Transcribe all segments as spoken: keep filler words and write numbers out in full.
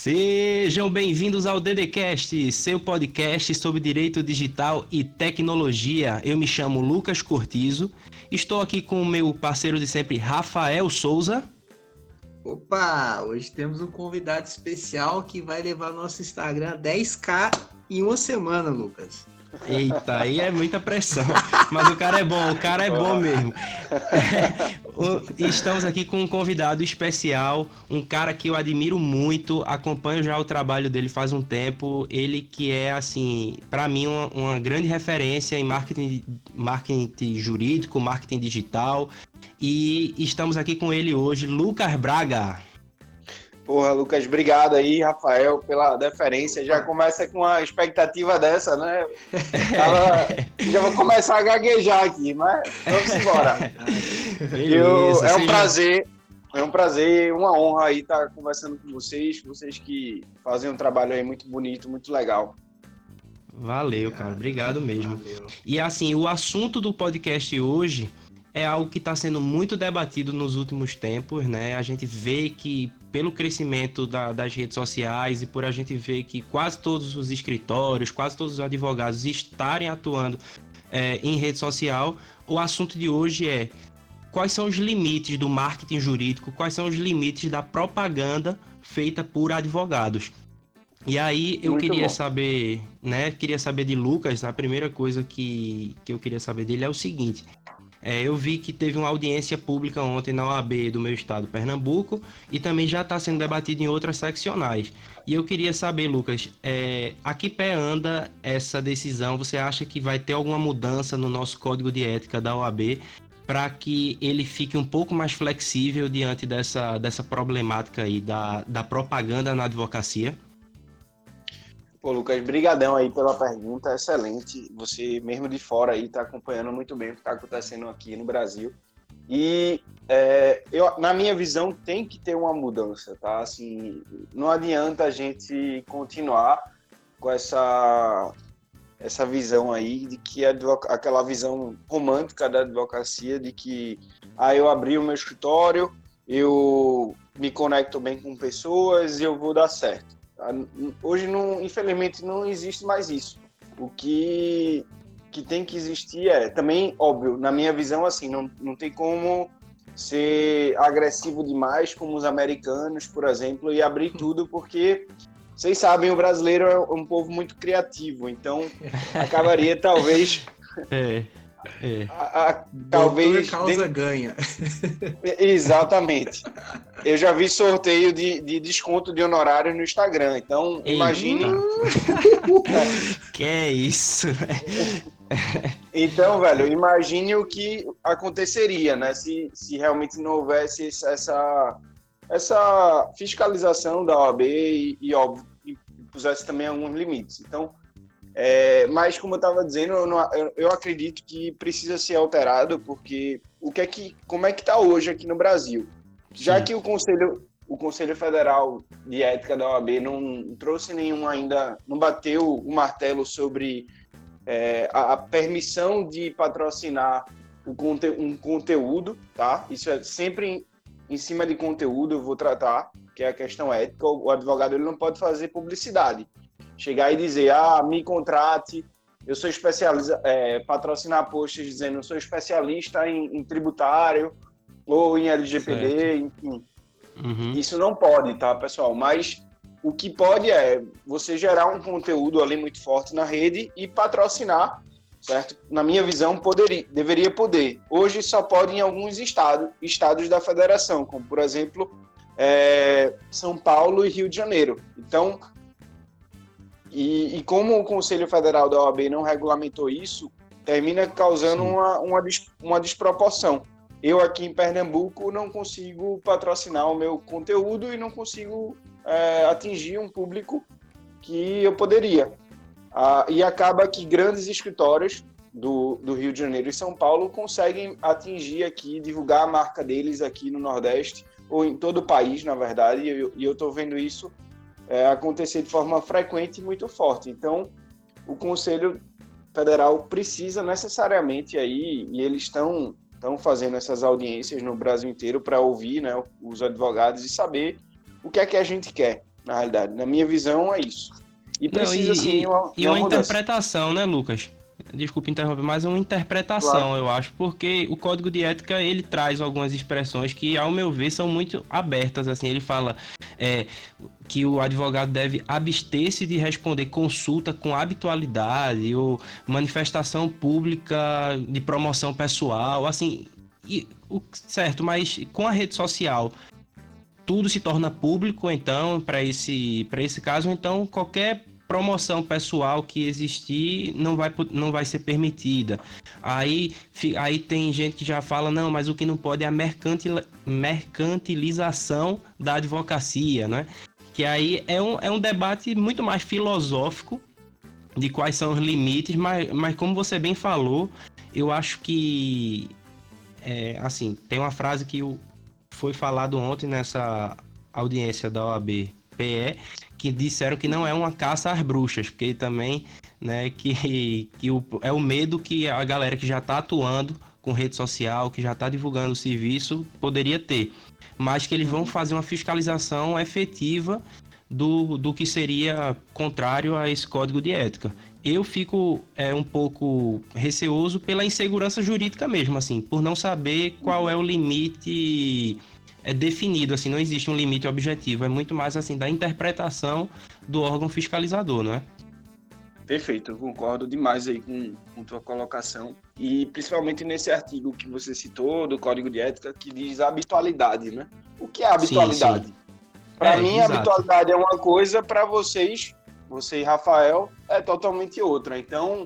Sejam bem-vindos ao DDCast, seu podcast sobre direito digital e tecnologia. Eu me chamo Lucas Cortizo, estou aqui com o meu parceiro de sempre, Rafael Souza. Opa, hoje temos um convidado especial que vai levar nosso Instagram a dez mil em uma semana, Lucas. Eita, aí é muita pressão, mas o cara é bom, o cara é bom mesmo. Estamos aqui com um convidado especial, um cara que eu admiro muito, acompanho já o trabalho dele faz um tempo, ele que é, assim, para mim uma, uma grande referência em marketing, marketing jurídico, marketing digital, e estamos aqui com ele hoje, Lucas Braga. Porra, Lucas, obrigado aí, Rafael, pela deferência. Já começa com uma expectativa dessa, né? Tava... Já vou começar a gaguejar aqui, mas vamos embora. Eu... É um prazer, é um prazer, uma honra aí estar conversando com vocês, vocês que fazem um trabalho aí muito bonito, muito legal. Valeu, cara, obrigado mesmo. Valeu. E assim, o assunto do podcast hoje é algo que está sendo muito debatido nos últimos tempos, né? A gente vê que pelo crescimento da, das redes sociais e por a gente ver que quase todos os escritórios, quase todos os advogados estarem atuando é, em rede social, o assunto de hoje é quais são os limites do marketing jurídico, quais são os limites da propaganda feita por advogados. E aí eu muito queria bom. saber, né? Queria saber de Lucas, a primeira coisa que, que eu queria saber dele é o seguinte. É, eu vi que teve uma audiência pública ontem na O A B do meu estado, Pernambuco, e também já está sendo debatido em outras seccionais. E eu queria saber, Lucas, é, a que pé anda essa decisão? Você acha que vai ter alguma mudança no nosso código de ética da O A B para que ele fique um pouco mais flexível diante dessa, dessa problemática aí da, da propaganda na advocacia? Pô, Lucas, brigadão aí pela pergunta, excelente. Você mesmo de fora aí está acompanhando muito bem o que está acontecendo aqui no Brasil. E é, eu, na minha visão tem que ter uma mudança, tá? Assim, não adianta a gente continuar com essa, essa visão aí de que a, aquela visão romântica da advocacia de que ah, eu abri o meu escritório, eu me conecto bem com pessoas e eu vou dar certo. Hoje, não, infelizmente, não existe mais isso. O que, que tem que existir é, também, óbvio, na minha visão, assim, não, não tem como ser agressivo demais como os americanos, por exemplo, e abrir tudo, porque, vocês sabem, o brasileiro é um povo muito criativo, então acabaria, talvez... É. É. A, a, talvez causa de... ganha. Exatamente. Eu já vi sorteio de, de desconto de honorários no Instagram, então Eita. imagine. Que é isso? Então, velho, imagine o que aconteceria, né? Se, se realmente não houvesse essa, essa fiscalização da O A B e, e óbvio, e pusesse também alguns limites. Então, É, mas como eu estava dizendo, eu, não, eu, eu acredito que precisa ser alterado, porque o que é que, como é que está hoje aqui no Brasil? Já Sim. que o Conselho, o Conselho Federal de Ética da O A B não trouxe nenhum ainda, não bateu o martelo sobre é, a, a permissão de patrocinar o conte, um conteúdo, tá? Isso é sempre em, em cima de conteúdo, eu vou tratar, que é a questão ética. O, o advogado ele não pode fazer publicidade. Chegar e dizer, ah, me contrate, eu sou especialista, é, patrocinar posts dizendo, eu sou especialista em, em tributário ou em L G P D, certo. Enfim. Uhum. Isso não pode, tá, pessoal? Mas o que pode é você gerar um conteúdo ali muito forte na rede e patrocinar, certo? Na minha visão, poderia, deveria poder. Hoje só pode em alguns estados, estados da federação, como, por exemplo, é, São Paulo e Rio de Janeiro. Então... E, e como o Conselho Federal da O A B não regulamentou isso, termina causando uma, uma, uma desproporção. Eu aqui em Pernambuco não consigo patrocinar o meu conteúdo e não consigo é, atingir um público que eu poderia. Ah, e acaba que grandes escritórios do, do Rio de Janeiro e São Paulo conseguem atingir aqui, divulgar a marca deles aqui no Nordeste, ou em todo o país, na verdade, e eu estou vendo isso É, acontecer de forma frequente e muito forte. Então, o Conselho Federal precisa necessariamente aí, e eles estão estão fazendo essas audiências no Brasil inteiro para ouvir, né, os advogados e saber o que é que a gente quer. na realidade. Na minha visão, é isso. E precisa, Não, e, sim, e, uma, e uma uma mudança. interpretação, né, Lucas? Desculpa interromper, mas é uma interpretação, Claro. eu acho, porque o Código de Ética, ele traz algumas expressões que, ao meu ver, são muito abertas, assim, ele fala é, que o advogado deve abster-se de responder consulta com habitualidade ou manifestação pública de promoção pessoal, assim, e, o, certo, mas com a rede social tudo se torna público, então, para esse, para esse caso, então qualquer promoção pessoal que existir não vai, não vai ser permitida. Aí, aí tem gente que já fala, não, mas o que não pode é a mercantil, mercantilização da advocacia, né? Que aí é um, é um debate muito mais filosófico de quais são os limites, mas, mas como você bem falou, eu acho que, é, assim, tem uma frase que o foi falado ontem nessa audiência da O A B P E, que disseram que não é uma caça às bruxas, porque também, né, que, que o, é o medo que a galera que já está atuando com rede social, que já está divulgando o serviço, poderia ter. Mas que eles vão fazer uma fiscalização efetiva do, do que seria contrário a esse código de ética. Eu fico é, um pouco receoso pela insegurança jurídica mesmo, assim, por não saber qual é o limite é, definido, assim, não existe um limite objetivo, é muito mais, assim, da interpretação do órgão fiscalizador, não é? Perfeito, eu concordo demais aí com, com tua colocação, e principalmente nesse artigo que você citou, do Código de Ética, que diz habitualidade, né? O que é habitualidade? Para É, mim, exato. a habitualidade é uma coisa, para vocês, você e Rafael, é totalmente outra. Então,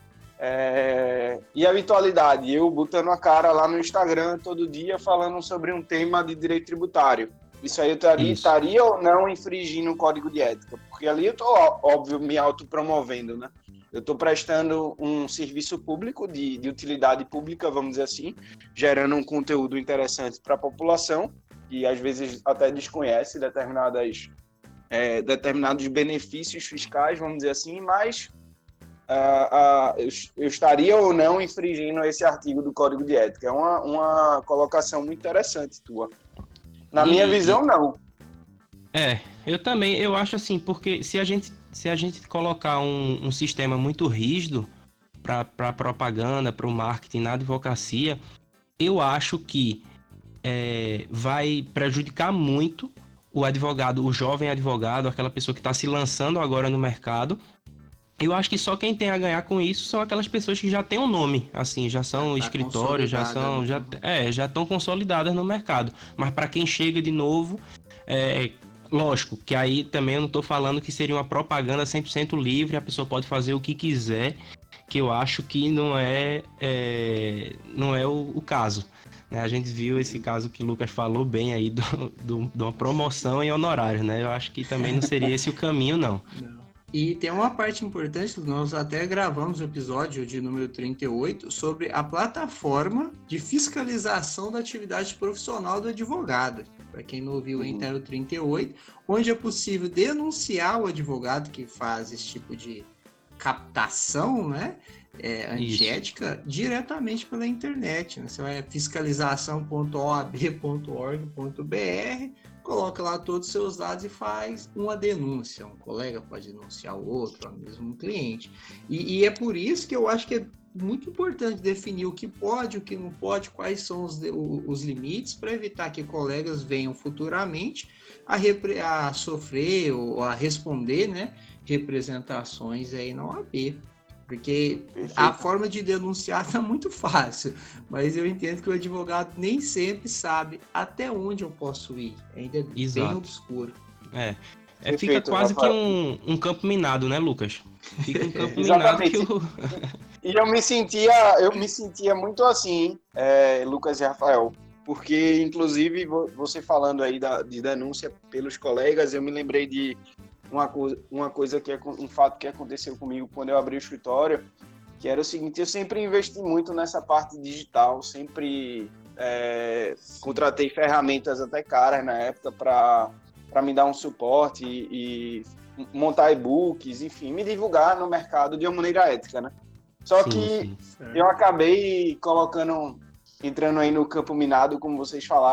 é... e a habitualidade? Eu botando a cara lá no Instagram todo dia falando sobre um tema de direito tributário. Isso aí eu estaria, estaria ou não infringindo o Código de Ética? Porque ali eu estou, óbvio, me autopromovendo, né? Eu estou prestando um serviço público, de, de utilidade pública, vamos dizer assim, gerando um conteúdo interessante para a população, que às vezes até desconhece determinadas, é, determinados benefícios fiscais, vamos dizer assim, mas uh, uh, eu, eu estaria ou não infringindo esse artigo do Código de Ética. É uma, uma colocação muito interessante tua. Na E, minha visão, e, não. É, eu também, eu acho assim, porque se a gente, se a gente colocar um, um sistema muito rígido para propaganda, para o marketing na advocacia, eu acho que é, vai prejudicar muito o advogado, o jovem advogado, aquela pessoa que está se lançando agora no mercado. Eu acho que só quem tem a ganhar com isso são aquelas pessoas que já têm um nome, assim, já são Já tá escritórios, já são, consolidada, já, né? é, já estão consolidadas no mercado. Mas para quem chega de novo, é, lógico, que aí também eu não estou falando que seria uma propaganda cem por cento livre, a pessoa pode fazer o que quiser, que eu acho que não é, é não é o, o caso. Né? A gente viu esse caso que o Lucas falou bem aí do, do, de uma promoção em honorários, né? Eu acho que também não seria esse o caminho, não. Não. E tem uma parte importante, nós até gravamos o episódio de número trinta e oito sobre a plataforma de fiscalização da atividade profissional do advogado. Para quem não ouviu, uhum. Entra no trinta e oito, onde é possível denunciar o advogado que faz esse tipo de captação, né? É, antiética, isso. Diretamente pela internet. Né? Você vai fiscalização ponto o a b ponto org ponto b r, coloca lá todos os seus dados e faz uma denúncia. Um colega pode denunciar o outro, ou mesmo um cliente. E, e é por isso que eu acho que é muito importante definir o que pode, o que não pode, quais são os, os limites, para evitar que colegas venham futuramente a, repre, a sofrer ou a responder, né, representações aí na O A B. Porque Perfeito. A forma de denunciar está muito fácil, mas eu entendo que o advogado nem sempre sabe até onde eu posso ir. Ainda é Exato. Bem obscuro. É, é fica quase Rafael. que um, um campo minado, né, Lucas? Fica um campo minado que o... E eu me sentia, eu me sentia muito assim, é, Lucas e Rafael, porque, inclusive, você falando aí da, de denúncia pelos colegas, eu me lembrei de Uma coisa, uma coisa que é um fato que aconteceu comigo quando eu abri o escritório, que era o seguinte: eu sempre investi muito nessa parte digital, sempre é, contratei ferramentas até caras na época para para me dar um suporte e, e montar e-books, enfim, me divulgar no mercado de uma maneira ética, né? Só sim, que sim. eu acabei colocando, entrando aí no campo minado, como vocês falaram,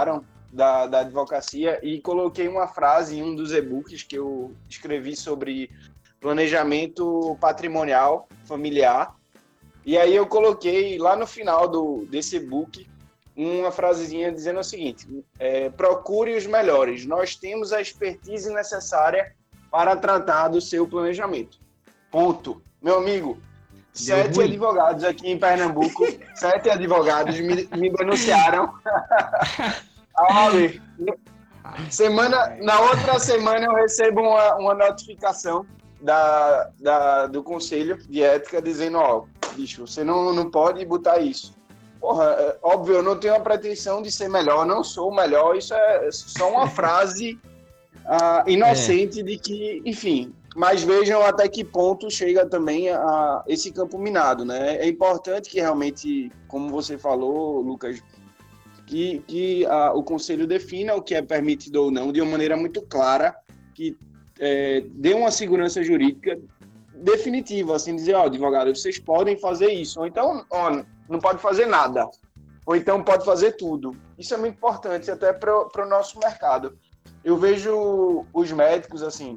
da, da advocacia e coloquei uma frase em um dos e-books que eu escrevi sobre planejamento patrimonial familiar. E aí eu coloquei lá no final do, desse e-book uma frasezinha dizendo o seguinte: é, procure os melhores, nós temos a expertise necessária para tratar do seu planejamento. Ponto. Meu amigo, sete ruim. advogados aqui em Pernambuco, sete advogados me, me denunciaram. Olha, semana, na outra semana eu recebo uma, uma notificação da, da, do Conselho de Ética dizendo, ó, bicho, você não, não pode botar isso. Porra, é, óbvio, eu não tenho a pretensão de ser melhor, não sou o melhor, isso é só uma frase uh, inocente é. de que, enfim, mas vejam até que ponto chega também a esse campo minado, né? É importante que realmente, como você falou, Lucas, que, que a, o Conselho defina o que é permitido ou não de uma maneira muito clara, que é, dê uma segurança jurídica definitiva, assim, dizer, ó, advogado, vocês podem fazer isso, ou então, ó, não pode fazer nada, ou então pode fazer tudo. Isso é muito importante até para o nosso mercado. Eu vejo os médicos, assim,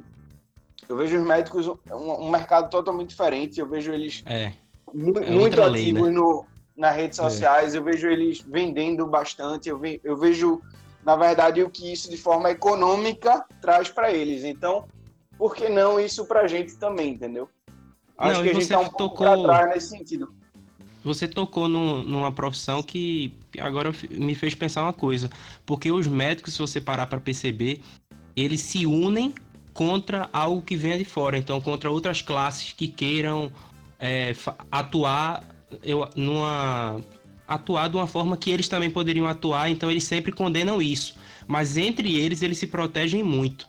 eu vejo os médicos um, um mercado totalmente diferente, eu vejo eles é, mu- é muito ativos lei, né? no, nas redes sociais, é. eu vejo eles vendendo bastante, eu, ve, eu vejo, na verdade, o que isso de forma econômica traz para eles. Então, por que não isso para a gente também, entendeu? Acho não, que a gente está um tocou... pouco para trás nesse sentido. Você tocou num, numa profissão que agora me fez pensar uma coisa, porque os médicos, se você parar para perceber, eles se unem contra algo que venha de fora, então contra outras classes que queiram é, atuar, eu, numa, atuar de uma forma que eles também poderiam atuar, então eles sempre condenam isso, mas entre eles eles se protegem muito.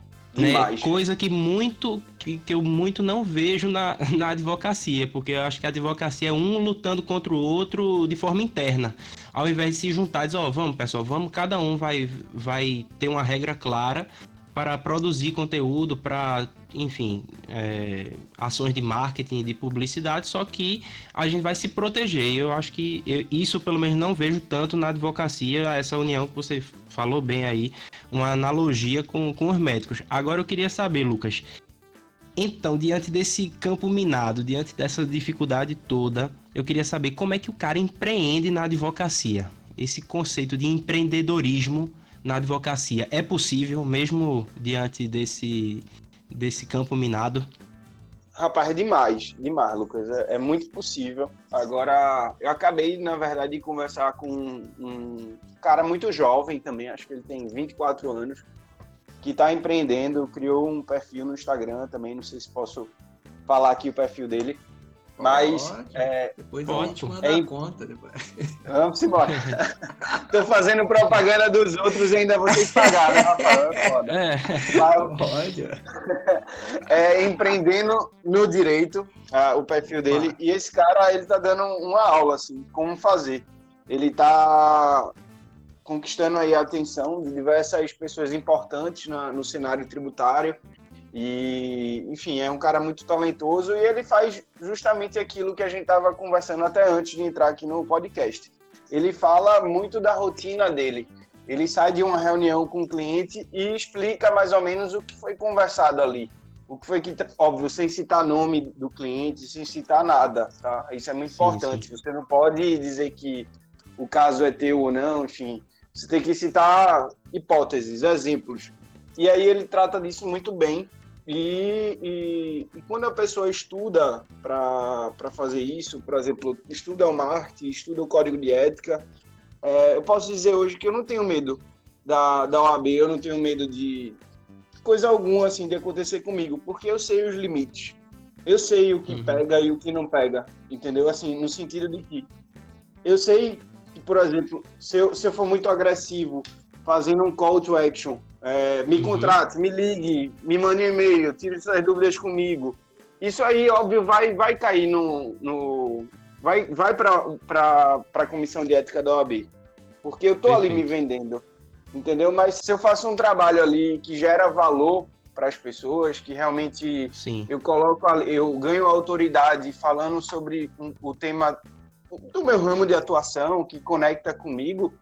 Né? Coisa que, muito, que, que eu muito não vejo na, na advocacia, porque eu acho que a advocacia é um lutando contra o outro de forma interna, ao invés de se juntar e dizer, ó, oh, vamos pessoal, vamos, cada um vai, vai ter uma regra clara para produzir conteúdo, para, enfim, é, ações de marketing, de publicidade, só que a gente vai se proteger. Eu acho que eu, isso, pelo menos, não vejo tanto na advocacia, essa união que você falou bem aí, uma analogia com, com os médicos. Agora eu queria saber, Lucas, então, diante desse campo minado, diante dessa dificuldade toda, eu queria saber como é que o cara empreende na advocacia. Esse conceito de empreendedorismo na advocacia é possível mesmo diante desse, desse campo minado? Rapaz, é demais, demais, Lucas. É, é muito possível. Agora, eu acabei, na verdade, de conversar com um, um cara muito jovem também, acho que ele tem vinte e quatro anos, que está empreendendo, criou um perfil no Instagram também, não sei se posso falar aqui o perfil dele. Mas pode. É, depois pode. a gente manda é, a conta. Depois. Vamos embora. Tô fazendo propaganda dos outros e ainda vou ter que pagar, né, Rafael? É foda. É. Mas, pode. É, empreendendo no direito, uh, o perfil dele. Ah. E esse cara, ele tá dando uma aula, assim, como fazer. Ele tá conquistando aí a atenção de diversas pessoas importantes na, no cenário tributário. E, enfim, é um cara muito talentoso e ele faz justamente aquilo que a gente estava conversando até antes de entrar aqui no podcast. Ele fala muito da rotina dele. Ele sai de uma reunião com o cliente e explica mais ou menos o que foi conversado ali. O que foi que, óbvio, sem citar nome do cliente, sem citar nada, tá? Isso é muito sim, importante. Sim. Você não pode dizer que o caso é teu ou não, enfim. Você tem que citar hipóteses, exemplos. E aí ele trata disso muito bem. E, e, e quando a pessoa estuda para fazer isso, por exemplo, estuda o marketing, estuda o código de ética, é, eu posso dizer hoje que eu não tenho medo da, da O A B, eu não tenho medo de coisa alguma assim, de acontecer comigo, porque eu sei os limites. Eu sei o que uhum. pega e o que não pega, entendeu? Assim, no sentido de que eu sei que, por exemplo, se eu, se eu for muito agressivo fazendo um call to action, É, me uhum. contrate, me ligue, me mande um e-mail, tire essas dúvidas comigo. Isso aí, óbvio, vai, vai cair no... no vai vai para a comissão de ética da O A B. Porque eu estou ali me vendendo, entendeu? Mas se eu faço um trabalho ali que gera valor para as pessoas, que realmente Sim. eu coloco, eu ganho autoridade falando sobre o tema do meu ramo de atuação, que conecta comigo,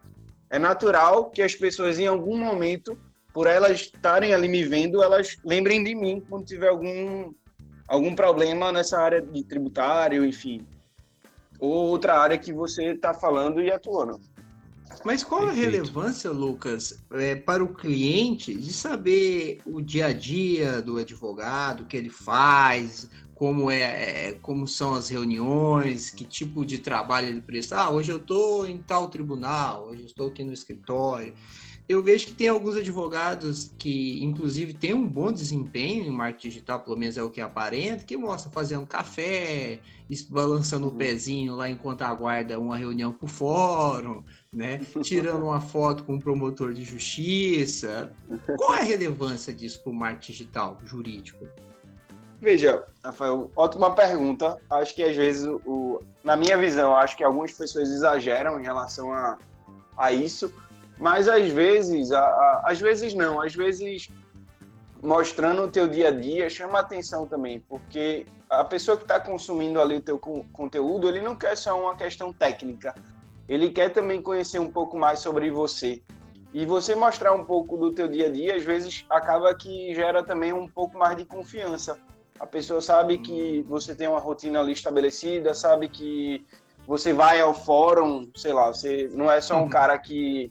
É natural que as pessoas, em algum momento, por elas estarem ali me vendo, elas lembrem de mim quando tiver algum, algum problema nessa área de tributário, enfim, ou outra área que você está falando e atuando. Mas qual Perfeito. a relevância, Lucas, é, para o cliente de saber o dia a dia do advogado, o que ele faz, como, é, é, como são as reuniões, que tipo de trabalho ele presta? Ah, hoje eu estou em tal tribunal, hoje eu estou aqui no escritório. Eu vejo que tem alguns advogados que, inclusive, têm um bom desempenho em marketing digital, pelo menos é o que aparenta, que mostra fazendo café, balançando o pezinho lá enquanto aguarda uma reunião com o fórum, né? Tirando uma foto com um promotor de justiça. Qual é a relevância disso para o marketing digital jurídico? Veja, Rafael, ótima pergunta. Acho que às vezes, o, na minha visão, acho que algumas pessoas exageram em relação a, a isso. Mas às vezes, a, a, às vezes não, às vezes mostrando o teu dia a dia chama atenção também, porque a pessoa que está consumindo ali o teu co- conteúdo, ele não quer só uma questão técnica, ele quer também conhecer um pouco mais sobre você. E você mostrar um pouco do teu dia a dia, às vezes acaba que gera também um pouco mais de confiança. A pessoa sabe que você tem uma rotina ali estabelecida, sabe que você vai ao fórum, sei lá, você não é só um cara que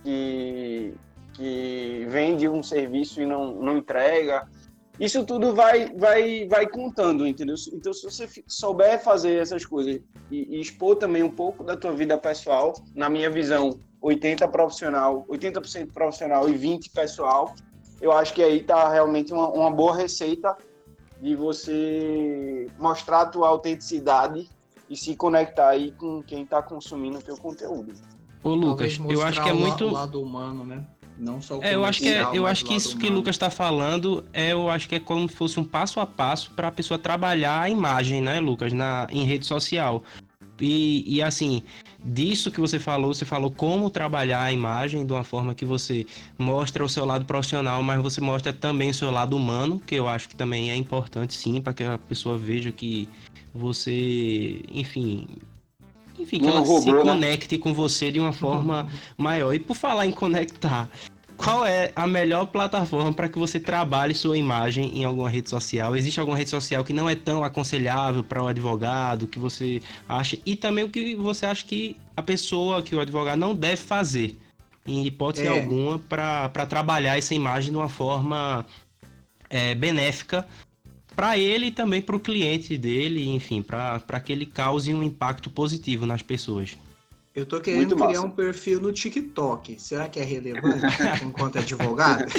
Que, que vende um serviço e não, não entrega. Isso tudo vai, vai, vai contando, entendeu? Então, se você souber fazer essas coisas e, e expor também um pouco da tua vida pessoal, na minha visão, oitenta por cento profissional, oitenta por cento profissional e vinte por cento pessoal, eu acho que aí está realmente uma, uma boa receita de você mostrar a tua autenticidade e se conectar aí com quem está consumindo o teu conteúdo. Ô, Lucas, eu acho que é muito... o lado humano, né? Não só o É, eu acho que, é, comercial, eu mas acho o que lado isso que o humano. Lucas está falando, é, eu acho que é como se fosse um passo a passo para a pessoa trabalhar a imagem, né, Lucas, na, em rede social. E, e assim, disso que você falou, você falou como trabalhar a imagem de uma forma que você mostra o seu lado profissional, mas você mostra também o seu lado humano, que eu acho que também é importante, sim, para que a pessoa veja que você, enfim... Enfim, que Não ela se roubou, né? conecte com você de uma forma maior. E por falar em conectar, qual é a melhor plataforma para que você trabalhe sua imagem em alguma rede social? Existe alguma rede social que não é tão aconselhável para o advogado, que você acha? E também o que você acha que a pessoa, que o advogado não deve fazer, em hipótese É. alguma, para trabalhar essa imagem de uma forma é, benéfica para ele e também para o cliente dele, enfim, para que ele cause um impacto positivo nas pessoas. Eu tô querendo Muito criar massa. um perfil no TikTok. Será que é relevante enquanto advogado?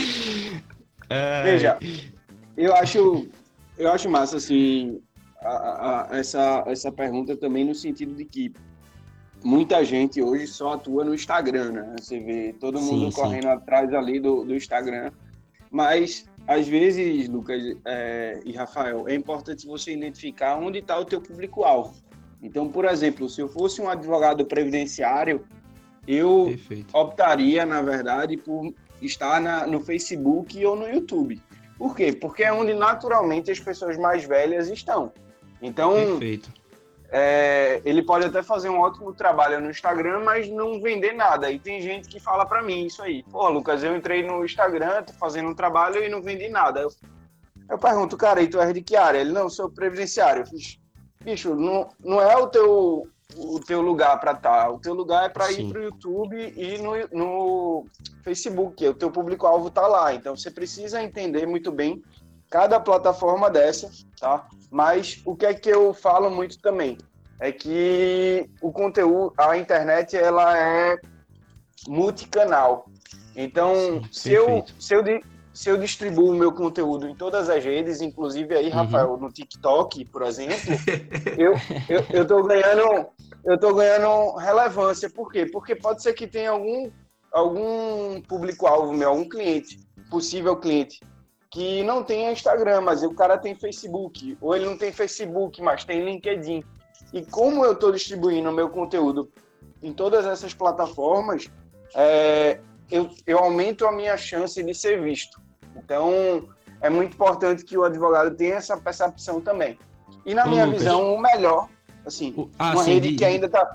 Veja, eu acho, eu acho massa, assim, a, a, essa, essa pergunta também no sentido de que muita gente hoje só atua no Instagram, né? Você vê todo mundo Sim, correndo sim. atrás ali do, do Instagram, mas às vezes, Lucas é, e Rafael, é importante você identificar onde está o teu público-alvo. Então, por exemplo, se eu fosse um advogado previdenciário, eu Perfeito. optaria, na verdade, por estar na, no Facebook ou no YouTube. Por quê? Porque é onde naturalmente as pessoas mais velhas estão. Então, Perfeito. é, ele pode até fazer um ótimo trabalho no Instagram, mas não vender nada. E tem gente que fala pra mim isso aí. Pô, Lucas, eu entrei no Instagram, tô fazendo um trabalho e não vendi nada. Eu, eu pergunto, cara, e tu é de que área? Ele, não, sou previdenciário. Eu fiz, bicho, não, não é o teu, o teu lugar pra estar. O teu lugar é pra ir Sim. pro YouTube e no, no Facebook. O teu público-alvo tá lá. Então, você precisa entender muito bem cada plataforma dessa, tá? Mas o que é que eu falo muito também é que o conteúdo, a internet, ela é multicanal. Então, Sim, se, eu, perfeito. se, eu, se eu distribuo o meu conteúdo em todas as redes, inclusive aí, Uhum. Rafael, no TikTok, por exemplo, eu, eu, eu tô ganhando, eu tô ganhando relevância. Por quê? Porque pode ser que tenha algum, algum público-alvo meu, algum cliente, possível cliente, que não tem Instagram, mas o cara tem Facebook, ou ele não tem Facebook, mas tem LinkedIn. E como eu estou distribuindo o meu conteúdo em todas essas plataformas, é, eu, eu aumento a minha chance de ser visto. Então, é muito importante que o advogado tenha essa percepção também. E na Ô, minha Lucas. visão, o melhor, assim, O- ah, uma sim, rede de- que ainda está...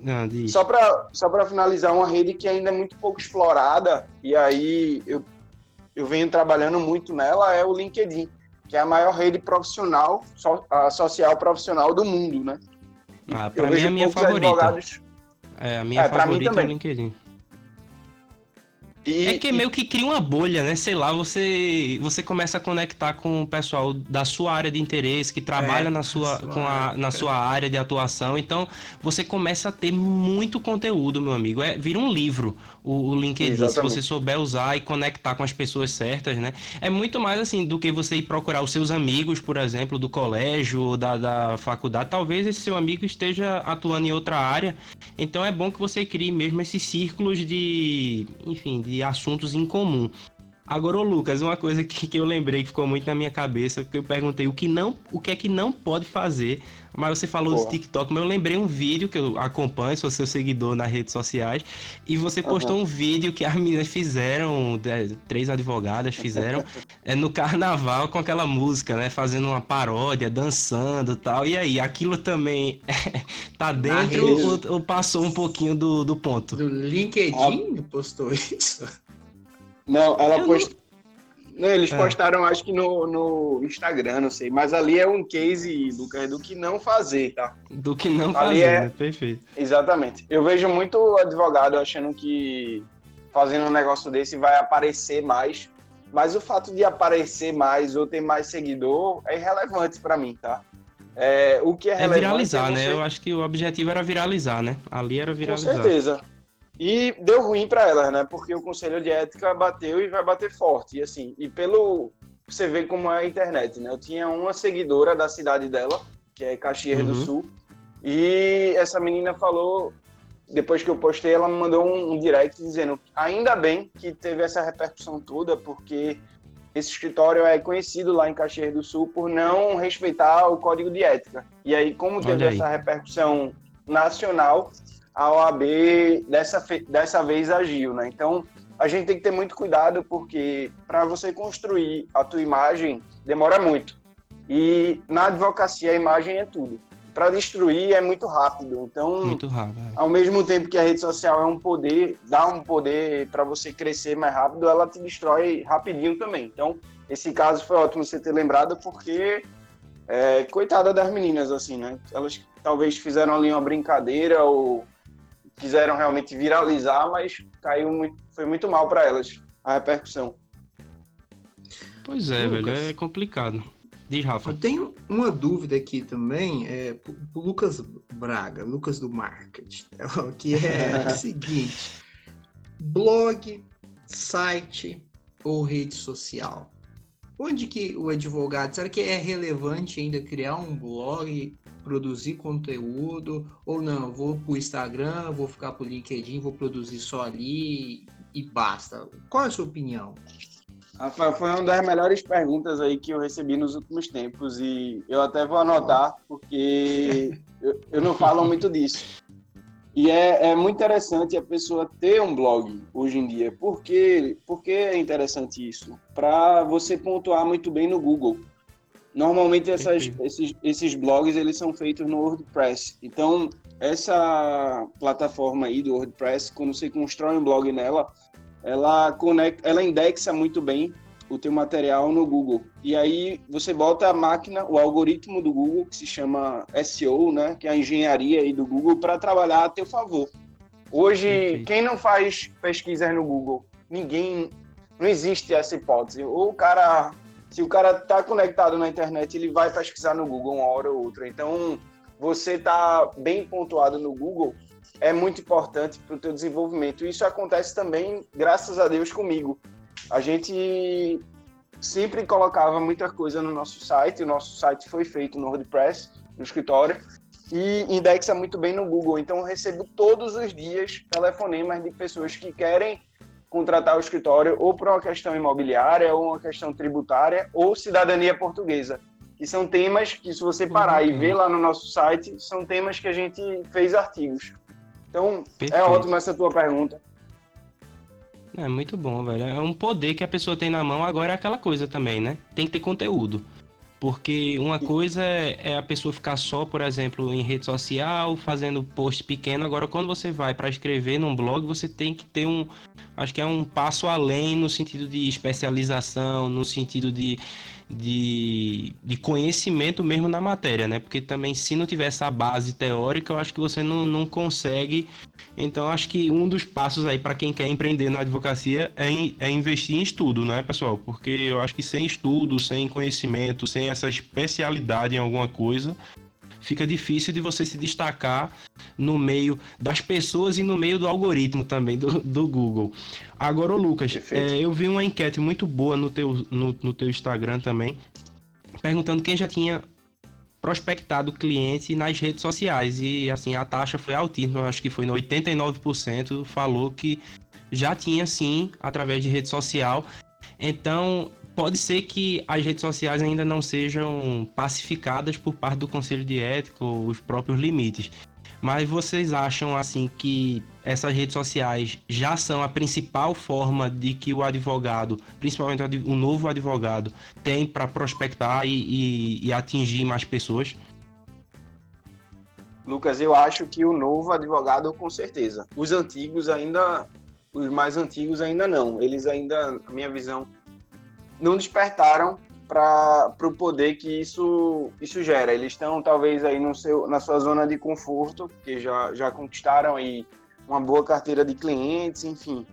Não, diz. Só para só para finalizar, uma rede que ainda é muito pouco explorada, e aí eu, eu venho trabalhando muito nela, é o LinkedIn, que é a maior rede profissional, so, a social profissional do mundo, né? Ah, Eu pra mim é vejo a minha poucos favorita. advogados. É, a minha É, pra mim favorita é o também. LinkedIn. E, É que e- meio que cria uma bolha, né? Sei lá, você, você começa a conectar com o pessoal da sua área de interesse, que trabalha É, na sua, sua com a, área. na sua área de atuação. Então, você começa a ter muito conteúdo, meu amigo. É, vira um livro o, o LinkedIn, se você Exatamente. souber usar e conectar com as pessoas certas, né? É muito mais assim do que você ir procurar os seus amigos, por exemplo, do colégio ou da, da faculdade. Talvez esse seu amigo esteja atuando em outra área. Então é bom que você crie mesmo esses círculos de, enfim, de assuntos em comum. Agora, ô Lucas, uma coisa que, que eu lembrei que ficou muito na minha cabeça, que eu perguntei o que não, o que é que não pode fazer, mas você falou do Porra. TikTok, mas eu lembrei um vídeo que eu acompanho, sou seu seguidor nas redes sociais, e você postou Aham. um vídeo que as meninas fizeram, é, três advogadas fizeram, é, no carnaval com aquela música, né, fazendo uma paródia, dançando e tal, e aí, aquilo também tá Na dentro rede ou, ou passou um pouquinho do, do ponto? do Ah, LinkedIn postou isso. não, ela Eu não... postou. Não, eles É, postaram, acho que no, no Instagram, não sei. Mas ali é um case, Lucas, do que não fazer, tá? do que não Ali fazer, né? é. Perfeito. Exatamente. Eu vejo muito advogado achando que fazendo um negócio desse vai aparecer mais. Mas o fato de aparecer mais ou ter mais seguidor é irrelevante para mim, tá? É, o que é É relevante é viralizar, né? Eu você. acho que o objetivo era viralizar, né? Ali era Com viralizar. certeza. E deu ruim para elas, né? Porque o Conselho de Ética bateu e vai bater forte. E assim, e pelo você vê como é a internet, né? Eu tinha uma seguidora da cidade dela, que é Caxias do Uhum. Sul, e essa menina falou, depois que eu postei, ela me mandou um, um direct dizendo: ainda bem que teve essa repercussão toda, porque esse escritório é conhecido lá em Caxias do Sul por não respeitar o código de ética. E aí, como teve Olha aí. essa repercussão nacional, a O A B dessa, dessa vez agiu, né? Então, a gente tem que ter muito cuidado, porque para você construir a tua imagem, demora muito. E na advocacia, a imagem é tudo. Para destruir, é muito rápido. Então, Muito rápido. ao mesmo tempo que a rede social é um poder, dá um poder para você crescer mais rápido, ela te destrói rapidinho também. Então, esse caso foi ótimo você ter lembrado, porque é, coitada das meninas, assim, né? Elas talvez fizeram ali uma brincadeira ou quiseram realmente viralizar, mas caiu muito, foi muito mal para elas a repercussão. Pois é, Lucas, velho. É complicado. Diz, Rafa. eu tenho uma dúvida aqui também, é, pro pro Lucas Braga, Lucas do Marketing, que é o seguinte: blog, site ou rede social? Onde que o advogado, será que é relevante ainda criar um blog, produzir conteúdo, ou não, vou para o Instagram, vou ficar para o LinkedIn, vou produzir só ali e basta? Qual é a sua opinião? Rafael, foi uma das melhores perguntas aí que eu recebi nos últimos tempos e eu até vou anotar, porque eu, eu não falo muito disso. E é, é muito interessante a pessoa ter um blog hoje em dia. Por quê? Por que é interessante isso? Para você pontuar muito bem no Google. Normalmente essas, esses, esses blogs eles são feitos no WordPress. Então, essa plataforma aí do WordPress, quando você constrói um blog nela, ela conecta, ela indexa muito bem o teu material no Google. E aí você bota a máquina, o algoritmo do Google, que se chama S E O, né, que é a engenharia aí do Google, para trabalhar a teu favor. Hoje, Perfeito. quem não faz pesquisas no Google? Ninguém, não existe essa hipótese. Ou o cara, se o cara está conectado na internet, ele vai pesquisar no Google uma hora ou outra. Então, você tá bem pontuado no Google é muito importante para o teu desenvolvimento. Isso acontece também, graças a Deus, comigo. A gente sempre colocava muita coisa no nosso site, o nosso site foi feito no WordPress, no escritório, e indexa muito bem no Google. Então, eu recebo todos os dias telefonemas de pessoas que querem contratar o escritório ou por uma questão imobiliária, ou uma questão tributária, ou cidadania portuguesa. Que são temas que, se você parar e ver lá no nosso site, são temas que a gente fez artigos. Então, Perfeito. É ótima essa tua pergunta. É muito bom, velho. É um poder que a pessoa tem na mão. Agora é aquela coisa também, né? Tem que ter conteúdo. Porque uma coisa é, é a pessoa ficar só, por exemplo, em rede social, fazendo post pequeno. Agora, quando você vai para escrever num blog, você tem que ter um... Acho que é um passo além no sentido de especialização, no sentido de, de, de conhecimento mesmo na matéria, né? Porque também, se não tiver essa base teórica, eu acho que você não, não consegue. Então, acho que um dos passos aí para quem quer empreender na advocacia é, in, é investir em estudo, né, pessoal? Porque eu acho que sem estudo, sem conhecimento, sem essa especialidade em alguma coisa, fica difícil de você se destacar no meio das pessoas e no meio do algoritmo também do, do Google. Agora, ô Lucas, é, eu vi uma enquete muito boa no teu, no, no teu Instagram também, perguntando quem já tinha prospectado cliente nas redes sociais. E assim, a taxa foi altíssima, eu acho que foi no oitenta e nove por cento, falou que já tinha sim, através de rede social. Então, pode ser que as redes sociais ainda não sejam pacificadas por parte do Conselho de Ética ou os próprios limites. Mas vocês acham assim que essas redes sociais já são a principal forma de que o advogado, principalmente o novo advogado, tem para prospectar e, e, e atingir mais pessoas? Lucas, eu acho que o novo advogado, com certeza. Os antigos ainda, os mais antigos ainda não. Eles ainda, na minha visão, não despertaram para o poder que isso, isso gera. Eles estão talvez aí no seu, na sua zona de conforto, que já, já conquistaram aí uma boa carteira de clientes, enfim.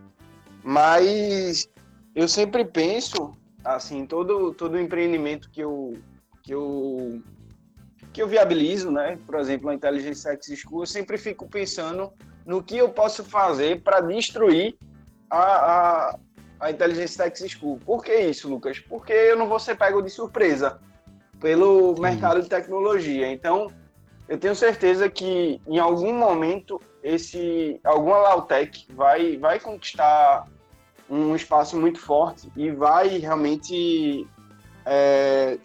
Mas eu sempre penso, assim, todo, todo empreendimento que eu, que, eu, que eu viabilizo, né? Por exemplo, a Inteligência X School, eu sempre fico pensando no que eu posso fazer para destruir a... a a Inteligência X School. Por que isso, Lucas? Porque eu não vou ser pego de surpresa pelo Sim. mercado de tecnologia. Então, eu tenho certeza que em algum momento esse, alguma Lautech vai, vai conquistar um espaço muito forte e vai realmente é,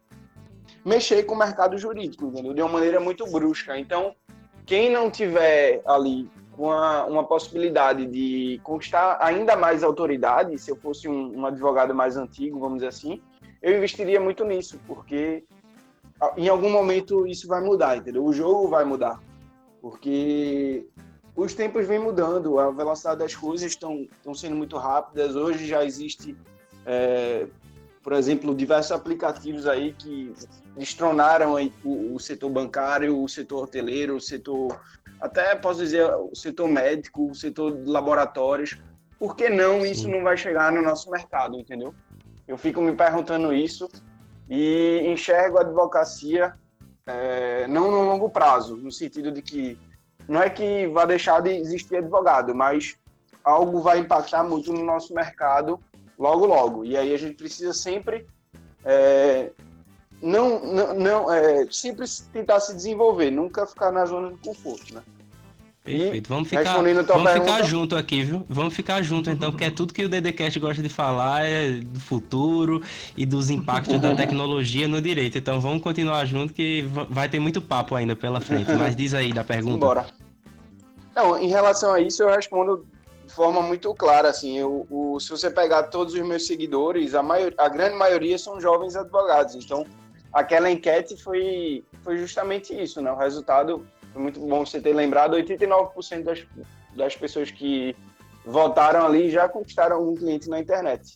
mexer com o mercado jurídico, entendeu? De uma maneira muito brusca. Então, quem não tiver ali Uma, uma possibilidade de conquistar ainda mais autoridade, se eu fosse um, um advogado mais antigo, vamos dizer assim, eu investiria muito nisso, porque em algum momento isso vai mudar, entendeu? O jogo vai mudar, porque os tempos vêm mudando, a velocidade das coisas estão, estão sendo muito rápidas. Hoje já existe, é, por exemplo, diversos aplicativos aí que destronaram aí o, o setor bancário, o setor hoteleiro, o setor... até posso dizer o setor médico, o setor de laboratórios. Por que não Sim. isso não vai chegar no nosso mercado, entendeu? Eu fico me perguntando isso e enxergo a advocacia é, não no longo prazo, no sentido de que não é que vai deixar de existir advogado, mas algo vai impactar muito no nosso mercado logo, logo. E aí a gente precisa sempre... É, Não, não, não é, sempre tentar se desenvolver, nunca ficar na zona de conforto, né? Perfeito, vamos ficar, vamos ficar junto aqui, viu? Vamos ficar junto então, porque é tudo que o DDCast gosta de falar, é do futuro e dos impactos da tecnologia no direito. Então vamos continuar junto que vai ter muito papo ainda pela frente. Mas diz aí da pergunta. Bora. Não, em relação a isso eu respondo de forma muito clara, assim, eu, o, se você pegar todos os meus seguidores, a, maior, a grande maioria são jovens advogados, então aquela enquete foi, foi justamente isso, né? O resultado foi muito bom você ter lembrado, oitenta e nove por cento das, das pessoas que votaram ali já conquistaram algum cliente na internet.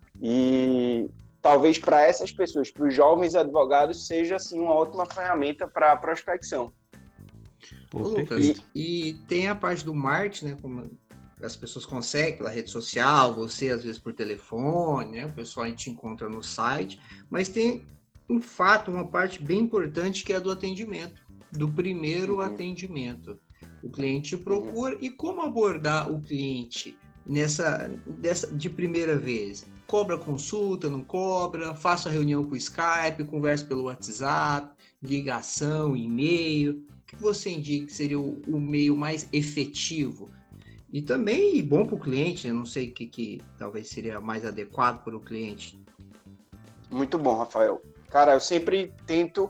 E talvez para essas pessoas, para os jovens advogados, seja assim, uma ótima ferramenta para a prospecção. Pô, Lucas, e, e tem a parte do marketing, né? Como as pessoas conseguem pela rede social, você às vezes por telefone, né? O pessoal a gente encontra no site, mas tem um fato, uma parte bem importante que é a do atendimento, do primeiro uhum. atendimento. O cliente procura e como abordar o cliente nessa dessa, de primeira vez? Cobra consulta, não cobra? Faça reunião com o Skype, conversa pelo WhatsApp, ligação, e-mail. O que você indica que seria o, o meio mais efetivo? E também bom para o cliente, eu não sei o que, que talvez seria mais adequado para o cliente. Muito bom, Rafael. Cara, eu sempre tento,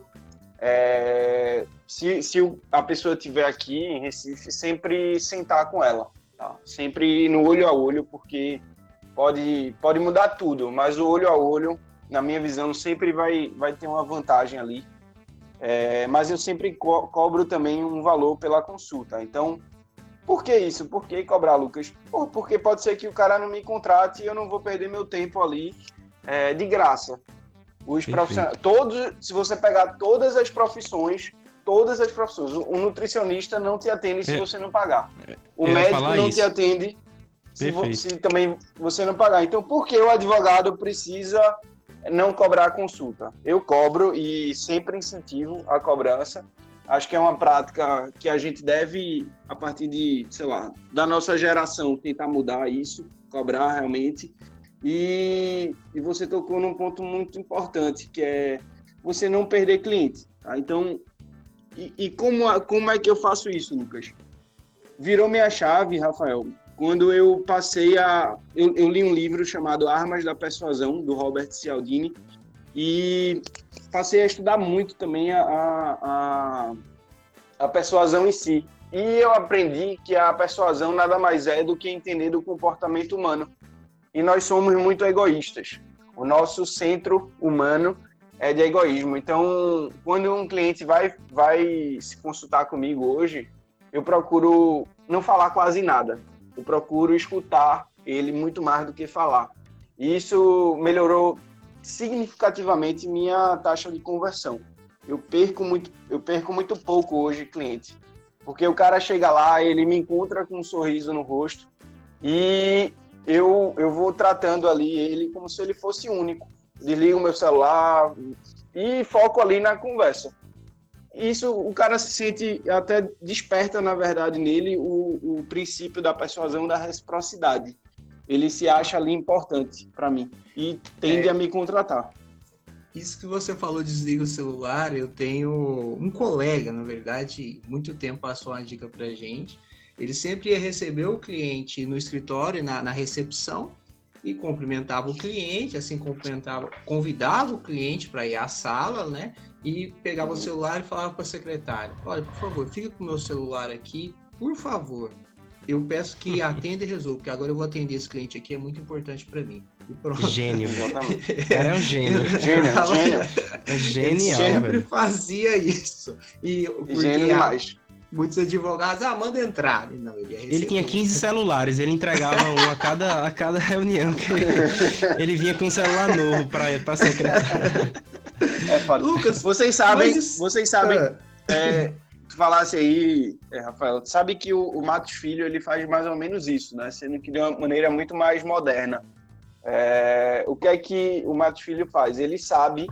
é, se, se a pessoa estiver aqui em Recife, sempre sentar com ela, tá? Sempre ir no olho a olho, porque pode, pode mudar tudo, mas o olho a olho na minha visão, sempre vai, vai ter uma vantagem ali. É, mas eu sempre co- cobro também um valor pela consulta. Então, por que isso? Por que cobrar, Lucas? Pô, porque pode ser que o cara não me contrate e eu não vou perder meu tempo ali é, de graça. Os profissionais, todos, se você pegar todas as profissões, todas as profissões, o nutricionista não te atende se é, você não pagar. O eu ia médico falar não isso. te atende se, vo, Perfeito. se também você não pagar. Então, por que o advogado precisa não cobrar a consulta? Eu cobro e sempre incentivo a cobrança. Acho que é uma prática que a gente deve, a partir de, sei lá, da nossa geração, tentar mudar isso, cobrar realmente. E, e você tocou num ponto muito importante, que é você não perder cliente. Tá? Então, e, e como, como é que eu faço isso, Lucas? Virou minha chave, Rafael, quando eu passei a... Eu, eu li um livro chamado Armas da Persuasão, do Robert Cialdini, e passei a estudar muito também a, a, a persuasão em si. E eu aprendi que a persuasão nada mais é do que entender do comportamento humano. E nós somos muito egoístas. O nosso centro humano é de egoísmo. Então, quando um cliente vai, vai se consultar comigo hoje, eu procuro não falar quase nada. Eu procuro escutar ele muito mais do que falar. E isso melhorou significativamente minha taxa de conversão. Eu perco muito, eu perco muito pouco hoje cliente. Porque o cara chega lá, ele me encontra com um sorriso no rosto e eu, eu vou tratando ali ele como se ele fosse único. Desligo meu celular e foco ali na conversa. Isso, o cara se sente, até desperta, na verdade, nele o, o princípio da persuasão da reciprocidade. Ele se acha ali importante para mim e tende é, a me contratar. Isso que você falou, desliga o celular, eu tenho um colega, na verdade, muito tempo passou uma dica pra gente. Ele sempre ia receber o cliente no escritório, na, na recepção, e cumprimentava o cliente, assim, cumprimentava, convidava o cliente para ir à sala, né? E pegava o celular e falava para a secretária: olha, por favor, fica com o meu celular aqui, por favor. Eu peço que atenda e resolva, porque agora eu vou atender esse cliente aqui, é muito importante para mim. E pronto. Gênio. Cara, é um gênio. Gênio, gênio. É genial, Ele sempre velho. fazia isso. E porque gênio demais. Muitos advogados, ah, manda entrar. Não, ele, ele tinha quinze celulares, ele entregava um a cada, a cada reunião. Que ele, ele vinha com um celular novo para a secretária. É foda. Lucas, vocês sabem, mas... vocês sabem, é, tu falasse aí, é, Rafael, sabe que o, o Matos Filho, ele faz mais ou menos isso, né? Sendo que de uma maneira muito mais moderna. É, o que é que o Matos Filho faz? Ele sabe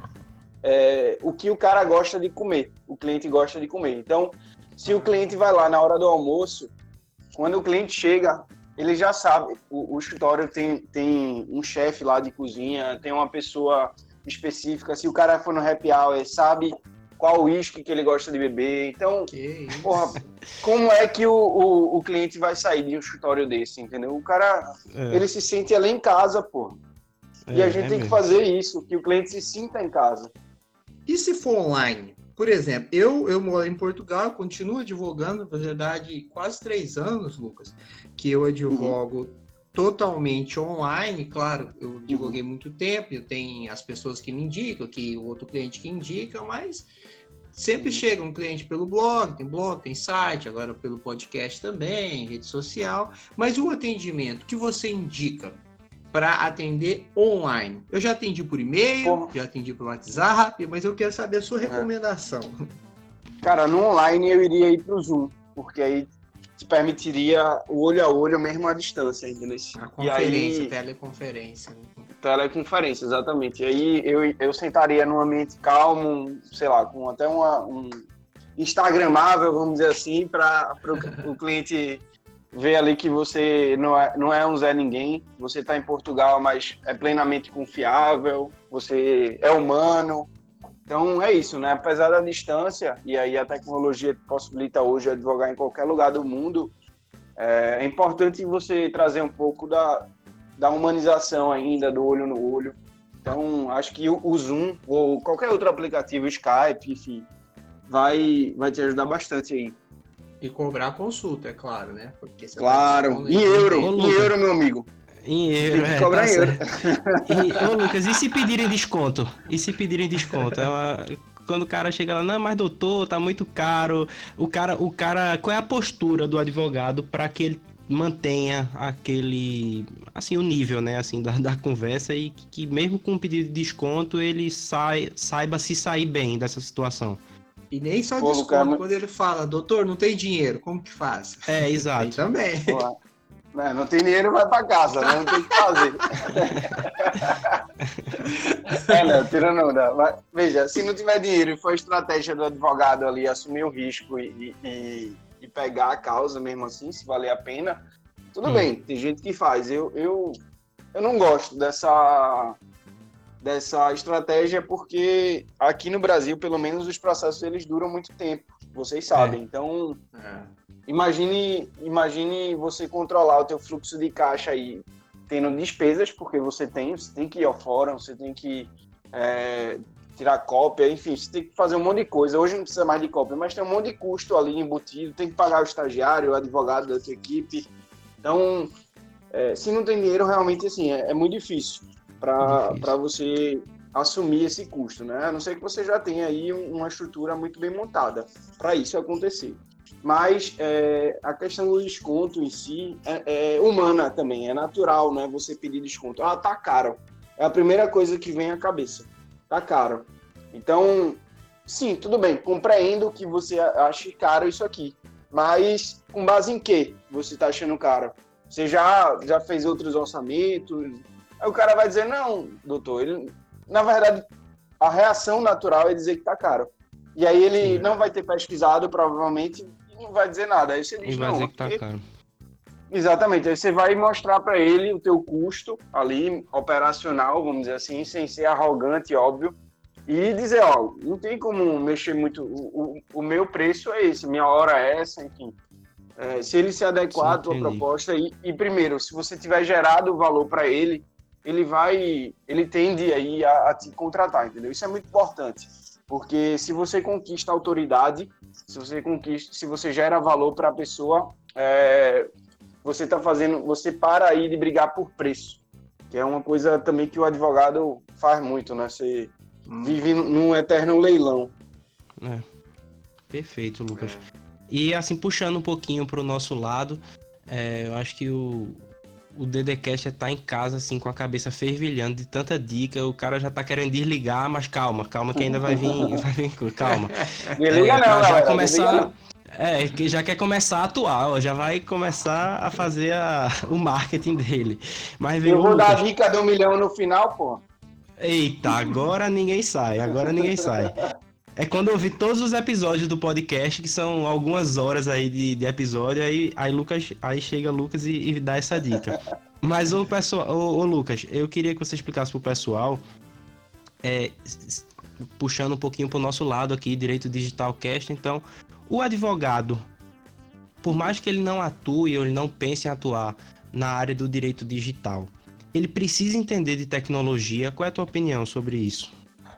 é, o que o cara gosta de comer, o cliente gosta de comer. Então, se o cliente vai lá na hora do almoço, quando o cliente chega, ele já sabe. O, o escritório tem, tem um chefe lá de cozinha, tem uma pessoa específica. Se o cara for no happy hour, sabe qual uísque que ele gosta de beber. Então, porra, como é que o, o, o cliente vai sair de um escritório desse, entendeu? O cara, é. ele se sente ali em casa, pô. É, e a gente é tem mesmo. que fazer isso, que o cliente se sinta em casa. E se for online? Por exemplo, eu, eu moro em Portugal, continuo advogando, na verdade, quase três anos, Lucas, que eu advogo uhum. totalmente online. Claro, eu advoguei uhum. muito tempo, eu tenho as pessoas que me indicam, que o outro cliente que indica, mas sempre uhum. chega um cliente pelo blog, tem blog, tem site, agora pelo podcast também, rede social. Mas o atendimento que você indica para atender online? Eu já atendi por e-mail, Porra. já atendi por WhatsApp, mas eu quero saber a sua recomendação. Cara, no online eu iria ir pro Zoom, porque aí te permitiria o olho a olho mesmo à distância, entendeu? A conferência, e aí, teleconferência. Teleconferência, exatamente. E aí eu, eu sentaria num ambiente calmo, sei lá, com até uma, um instagramável, vamos dizer assim, para o cliente ver ali que você não é, não é um Zé Ninguém, você está em Portugal, mas é plenamente confiável, você é humano. Então é isso, né? Apesar da distância, e aí a tecnologia possibilita hoje advogar em qualquer lugar do mundo, é importante você trazer um pouco da, da humanização ainda, do olho no olho. Então acho que o, o Zoom, ou qualquer outro aplicativo, Skype, enfim, vai, vai te ajudar bastante aí. E cobrar a consulta, é claro, né? Porque você claro, em euro, em euro, meu amigo. Em euro, Tem que é, cobrar tá em euro. certo. E, ô, Lucas, e se pedirem desconto? E se pedirem desconto? É uma- Quando o cara chega lá, não, mas doutor, tá muito caro. O cara, o cara, qual é a postura do advogado para que ele mantenha aquele, assim, o nível, né, assim, da, da conversa e que, que mesmo com um pedido de desconto ele sai, saiba se sair bem dessa situação? E nem só Pô, Lucas, desconto quando ele fala, doutor, não tem dinheiro, como que faz? É, Tem exato. também. pô, né, não tem dinheiro, vai para casa, né? Não tem o que fazer. É, não, tirando onda. Mas, veja, se não tiver dinheiro e for a estratégia do advogado ali assumir o risco e, e, e pegar a causa mesmo assim, se valer a pena, tudo Hum. bem, tem gente que faz. Eu, eu, eu não gosto dessa, dessa estratégia porque aqui no Brasil, pelo menos, os processos eles duram muito tempo, vocês sabem. É. Então, É. imagine, imagine você controlar o teu fluxo de caixa aí, tendo despesas, porque você tem, você tem que ir ao fórum, você tem que é, tirar cópia, enfim, você tem que fazer um monte de coisa. Hoje não precisa mais de cópia, mas tem um monte de custo ali embutido, tem que pagar o estagiário, o advogado da tua equipe. Então, é, se não tem dinheiro, realmente, assim, é, é muito difícil para Difícil. você assumir esse custo, né? A não ser que você já tenha aí uma estrutura muito bem montada para isso acontecer. Mas é, a questão do desconto em si é, é humana também, é natural, né? Você pedir desconto. Ah, tá caro. É a primeira coisa que vem à cabeça. Tá caro. Então, sim, tudo bem. Compreendo que você ache caro isso aqui. Mas com base em quê você tá achando caro? Você já, já fez outros orçamentos? Aí o cara vai dizer, não, doutor. Ele, na verdade, a reação natural é dizer que tá caro. E aí ele Sim. não vai ter pesquisado, provavelmente, e não vai dizer nada. Aí você E diz, vai não, dizer que tá porque... caro. Exatamente. Aí você vai mostrar para ele o teu custo ali, operacional, vamos dizer assim, sem ser arrogante, óbvio, e dizer, ó, não tem como mexer muito, o, o, o meu preço é esse, minha hora é essa, enfim. É, se ele se adequar Sim, à tua entendi. proposta, e, e primeiro, se você tiver gerado o valor para ele, ele vai, ele tende aí a, a te contratar, entendeu? Isso é muito importante. Porque se você conquista autoridade, se você conquista, se você gera valor para a pessoa, é, você está fazendo, você para aí de brigar por preço, que é uma coisa também que o advogado faz muito, né? Você Hum. vive num eterno leilão. É. Perfeito, Lucas. E assim, puxando um pouquinho pro nosso lado, é, eu acho que o, o DDCast tá em casa, assim, com a cabeça fervilhando de tanta dica. O cara já tá querendo desligar, mas calma, calma que ainda vai vir, vai vir, calma. Desliga É, não, pra já galera, desliga começar... não. É, que já quer começar a atuar, ó, já vai começar a fazer a, o marketing dele. Mas veio Eu o vou dar a Lucas. dica do milhão no final, pô. Eita, agora ninguém sai, agora ninguém sai. É quando eu vi todos os episódios do podcast, que são algumas horas aí de, de episódio, aí, aí, Lucas, aí chega Lucas e, e dá essa dica. Mas, ô, pessoal, ô, ô, Lucas, eu queria que você explicasse pro pessoal, é, s- puxando um pouquinho pro nosso lado aqui, Direito Digital Cast, então, o advogado, por mais que ele não atue ou ele não pense em atuar na área do direito digital, ele precisa entender de tecnologia. Qual é a tua opinião sobre isso?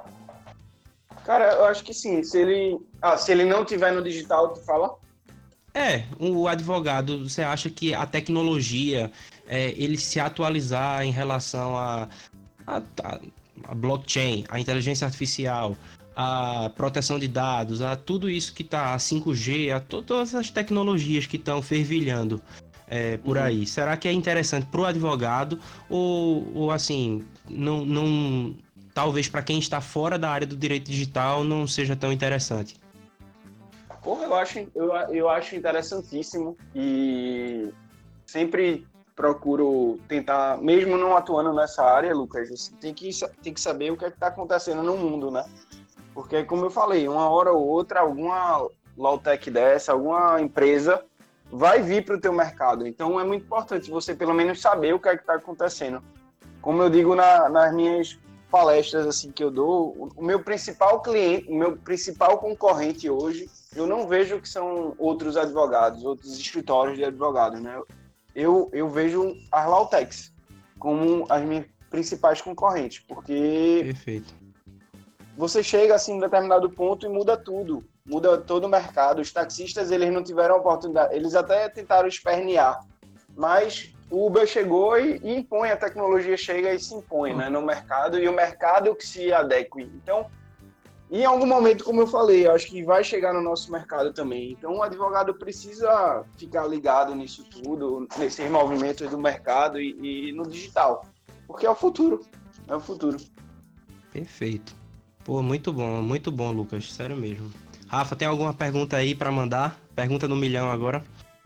Cara, eu acho que sim. Se ele, ah, se ele não tiver no digital, tu fala? É, o advogado, você acha que a tecnologia, é, ele se atualizar em relação a, a, a- a blockchain, a inteligência artificial, a proteção de dados, a tudo isso que está, a cinco G, a to- todas as tecnologias que estão fervilhando é, por Uhum. aí, será que é interessante para o advogado ou, ou assim, não, não, talvez para quem está fora da área do direito digital não seja tão interessante? Porra, eu acho, eu, eu acho interessantíssimo e sempre procuro tentar, mesmo não atuando nessa área, Lucas, você tem que, tem que saber o que é que está acontecendo no mundo, né? Porque, como eu falei, uma hora ou outra, alguma Lawtech dessa, alguma empresa vai vir para o teu mercado. Então, é muito importante você, pelo menos, saber o que é que está acontecendo. Como eu digo na, nas minhas palestras assim que eu dou, o, o meu principal cliente, o meu principal concorrente hoje, eu não vejo que são outros advogados, outros escritórios de advogados, né? Eu, eu vejo as Lawtechs como as minhas principais concorrentes, porque Perfeito. você chega assim em um determinado ponto e muda tudo, muda todo o mercado. Os taxistas, eles não tiveram oportunidade, eles até tentaram espernear, mas o Uber chegou e, e impõe, a tecnologia chega e se impõe, né, no mercado, e o mercado que se adeque. Então, em algum momento, como eu falei, eu acho que vai chegar no nosso mercado também. Então, o advogado precisa ficar ligado nisso tudo, nesses movimentos do mercado e, e no digital, porque é o futuro, é o futuro. Perfeito. Pô, muito bom, muito bom, Lucas, sério mesmo. Rafa, tem alguma pergunta aí para mandar? Pergunta no milhão agora.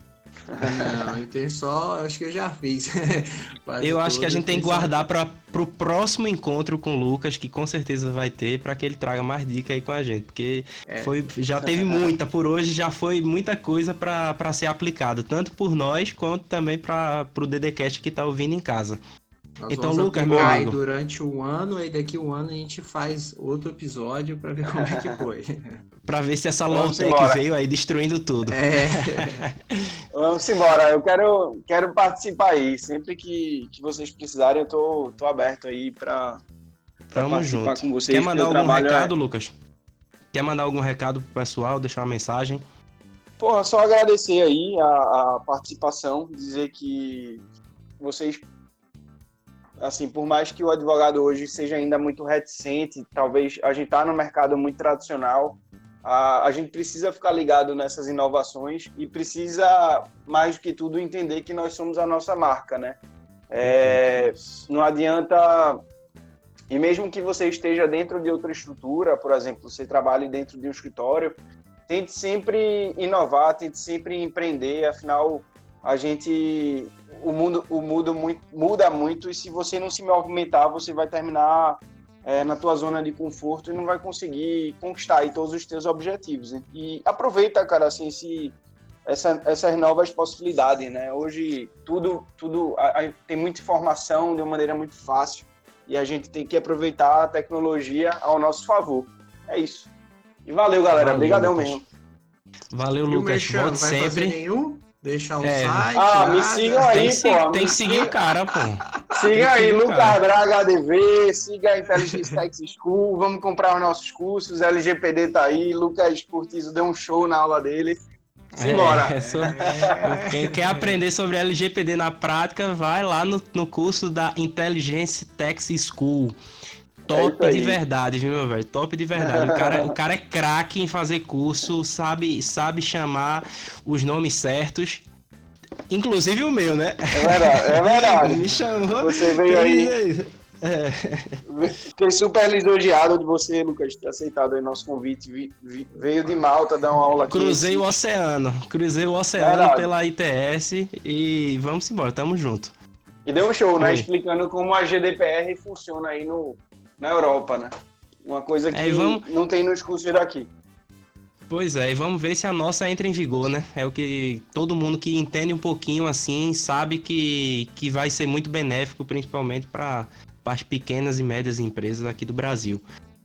Não, eu tenho só, acho que eu já fiz. Eu acho que a gente tem que guardar para o próximo encontro com o Lucas, que com certeza vai ter, para que ele traga mais dica aí com a gente, porque é. foi, já teve muita, por hoje já foi muita coisa para ser aplicado, tanto por nós, quanto também para o DDCast que está ouvindo em casa. Nós então, vamos Lucas, meu amigo, durante um ano, e daqui um ano a gente faz outro episódio para ver como é que foi. Para ver se essa Lowtech veio aí destruindo tudo. É. Vamos embora, eu quero, quero participar aí. Sempre que, que vocês precisarem, eu tô, tô aberto aí para participar junto. com vocês. Quer mandar algum recado, é... Lucas? Quer mandar algum recado pro pessoal, deixar uma mensagem? Porra, só agradecer aí a, a participação, dizer que vocês, assim, por mais que o advogado hoje seja ainda muito reticente, talvez a gente tá no mercado muito tradicional, a, a gente precisa ficar ligado nessas inovações e precisa, mais do que tudo, entender que nós somos a nossa marca, né? É, não adianta... E mesmo que você esteja dentro de outra estrutura, por exemplo, você trabalhe dentro de um escritório, tente sempre inovar, tente sempre empreender, afinal, a gente... O mundo, o mundo muito, muda muito, e se você não se movimentar, você vai terminar é, na tua zona de conforto e não vai conseguir conquistar aí todos os teus objetivos. E aproveita, cara, assim, esse, essa, essas novas possibilidades, né? Hoje, tudo, tudo a, a, tem muita informação de uma maneira muito fácil e a gente tem que aproveitar a tecnologia ao nosso favor. É isso. E valeu, galera. Obrigadão mesmo. Valeu, Lucas. Volte sempre. Nenhum? Deixar o é. site. Ah, nada. Me sigam aí, tem pô. Tem que seguir o cara, pô. Siga aí, Lucas Braga H D V, siga a Intelligence Tech School, vamos comprar os nossos cursos, L G P D tá aí, Lucas Curtizo deu um show na aula dele. Simbora! É, sou... é. Quem quer aprender sobre L G P D na prática, vai lá no, no curso da Intelligence Tech School. Top é de verdade, viu, meu velho? Top de verdade. O cara, o cara é craque em fazer curso, sabe, sabe chamar os nomes certos. Inclusive o meu, né? É verdade, é verdade. Me chamou. Você veio aí. É. Fiquei super lisonjeado de você, Lucas, ter aceitado aí nosso convite. Veio de Malta dar uma aula aqui. Cruzei o oceano. Cruzei o oceano verdade. Pela I T S e vamos embora, tamo junto. E deu um show, né? Oi. Explicando como a G D P R funciona aí no, na Europa, né? Uma coisa que é, vamos... não tem nos cursos daqui. Pois é, e vamos ver se a nossa entra em vigor, né? É o que todo mundo que entende um pouquinho assim sabe que, que vai ser muito benéfico, principalmente para as pequenas e médias empresas aqui do Brasil.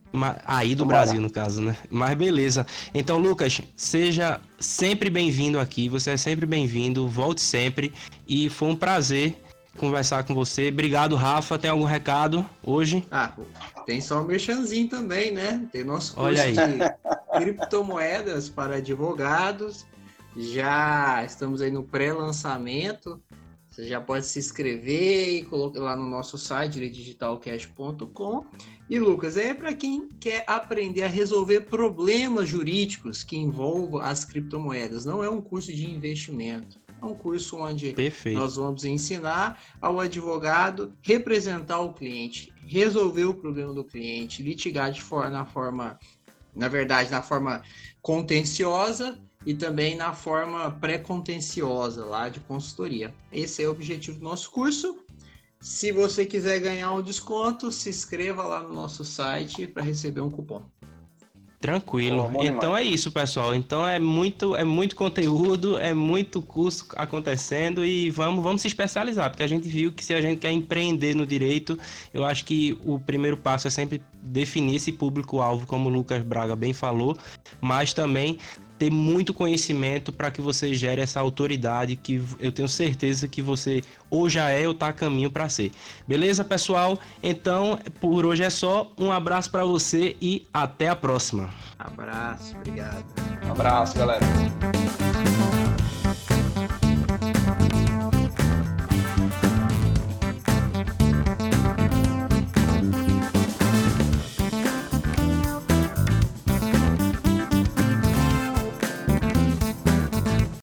Aí do Brasil, no caso, né? Mas beleza. Então, Lucas, seja sempre bem-vindo aqui. Você é sempre bem-vindo. Volte sempre. E foi um prazer conversar com você. Obrigado, Rafa. Tem algum recado hoje? Ah, tem só um merchanzinho também, né? Tem nosso curso de criptomoedas para advogados. Já estamos aí no pré-lançamento. Você já pode se inscrever e colocar lá no nosso site, digital cash ponto com. E, Lucas, é para quem quer aprender a resolver problemas jurídicos que envolvam as criptomoedas. Não é um curso de investimento. É um curso onde Perfeito. Nós vamos ensinar ao advogado representar o cliente, resolver o problema do cliente, litigar de forma, na forma, na verdade, na forma contenciosa e também na forma pré-contenciosa lá de consultoria. Esse é o objetivo do nosso curso. Se você quiser ganhar um desconto, se inscreva lá no nosso site para receber um cupom. Tranquilo. Oh, então é isso, pessoal. Então é muito, é muito conteúdo, é muito curso acontecendo e vamos, vamos se especializar, porque a gente viu que se a gente quer empreender no direito, eu acho que o primeiro passo é sempre definir esse público-alvo, como o Lucas Braga bem falou, mas também ter muito conhecimento para que você gere essa autoridade que eu tenho certeza que você ou já é ou está a caminho para ser. Beleza, pessoal? Então, por hoje é só. Um abraço para você e até a próxima. Abraço, obrigado. Um abraço, galera.